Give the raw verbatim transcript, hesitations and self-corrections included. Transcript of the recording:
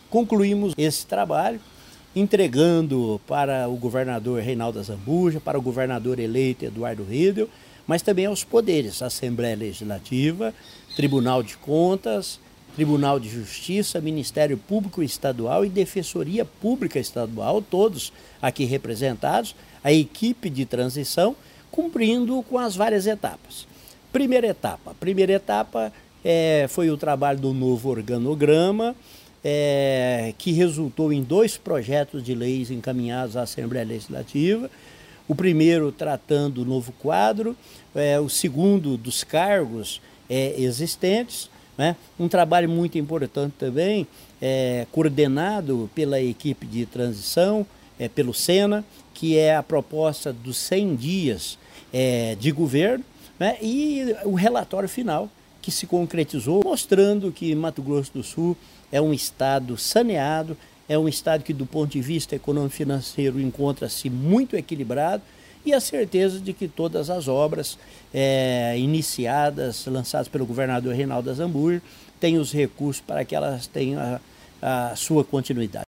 concluímos esse trabalho, entregando para o governador Reinaldo Azambuja, para o governador eleito Eduardo Riedel, mas também aos poderes, Assembleia Legislativa, Tribunal de Contas, Tribunal de Justiça, Ministério Público Estadual e Defensoria Pública Estadual, todos aqui representados, a equipe de transição, cumprindo com as várias etapas. Primeira etapa, primeira etapa é, foi o trabalho do novo organograma, é, que resultou em dois projetos de leis encaminhados à Assembleia Legislativa. O primeiro tratando o novo quadro, é, o segundo dos cargos é, existentes, né? Um trabalho muito importante também, é, coordenado pela equipe de transição, é, pelo Sena, que é a proposta dos cem dias é, de governo, né? E o relatório final, que se concretizou, mostrando que Mato Grosso do Sul é um estado saneado, é um estado que do ponto de vista econômico-financeiro encontra-se muito equilibrado, e a certeza de que todas as obras é, iniciadas, lançadas pelo governador Reinaldo Azambuja, têm os recursos para que elas tenham a, a sua continuidade.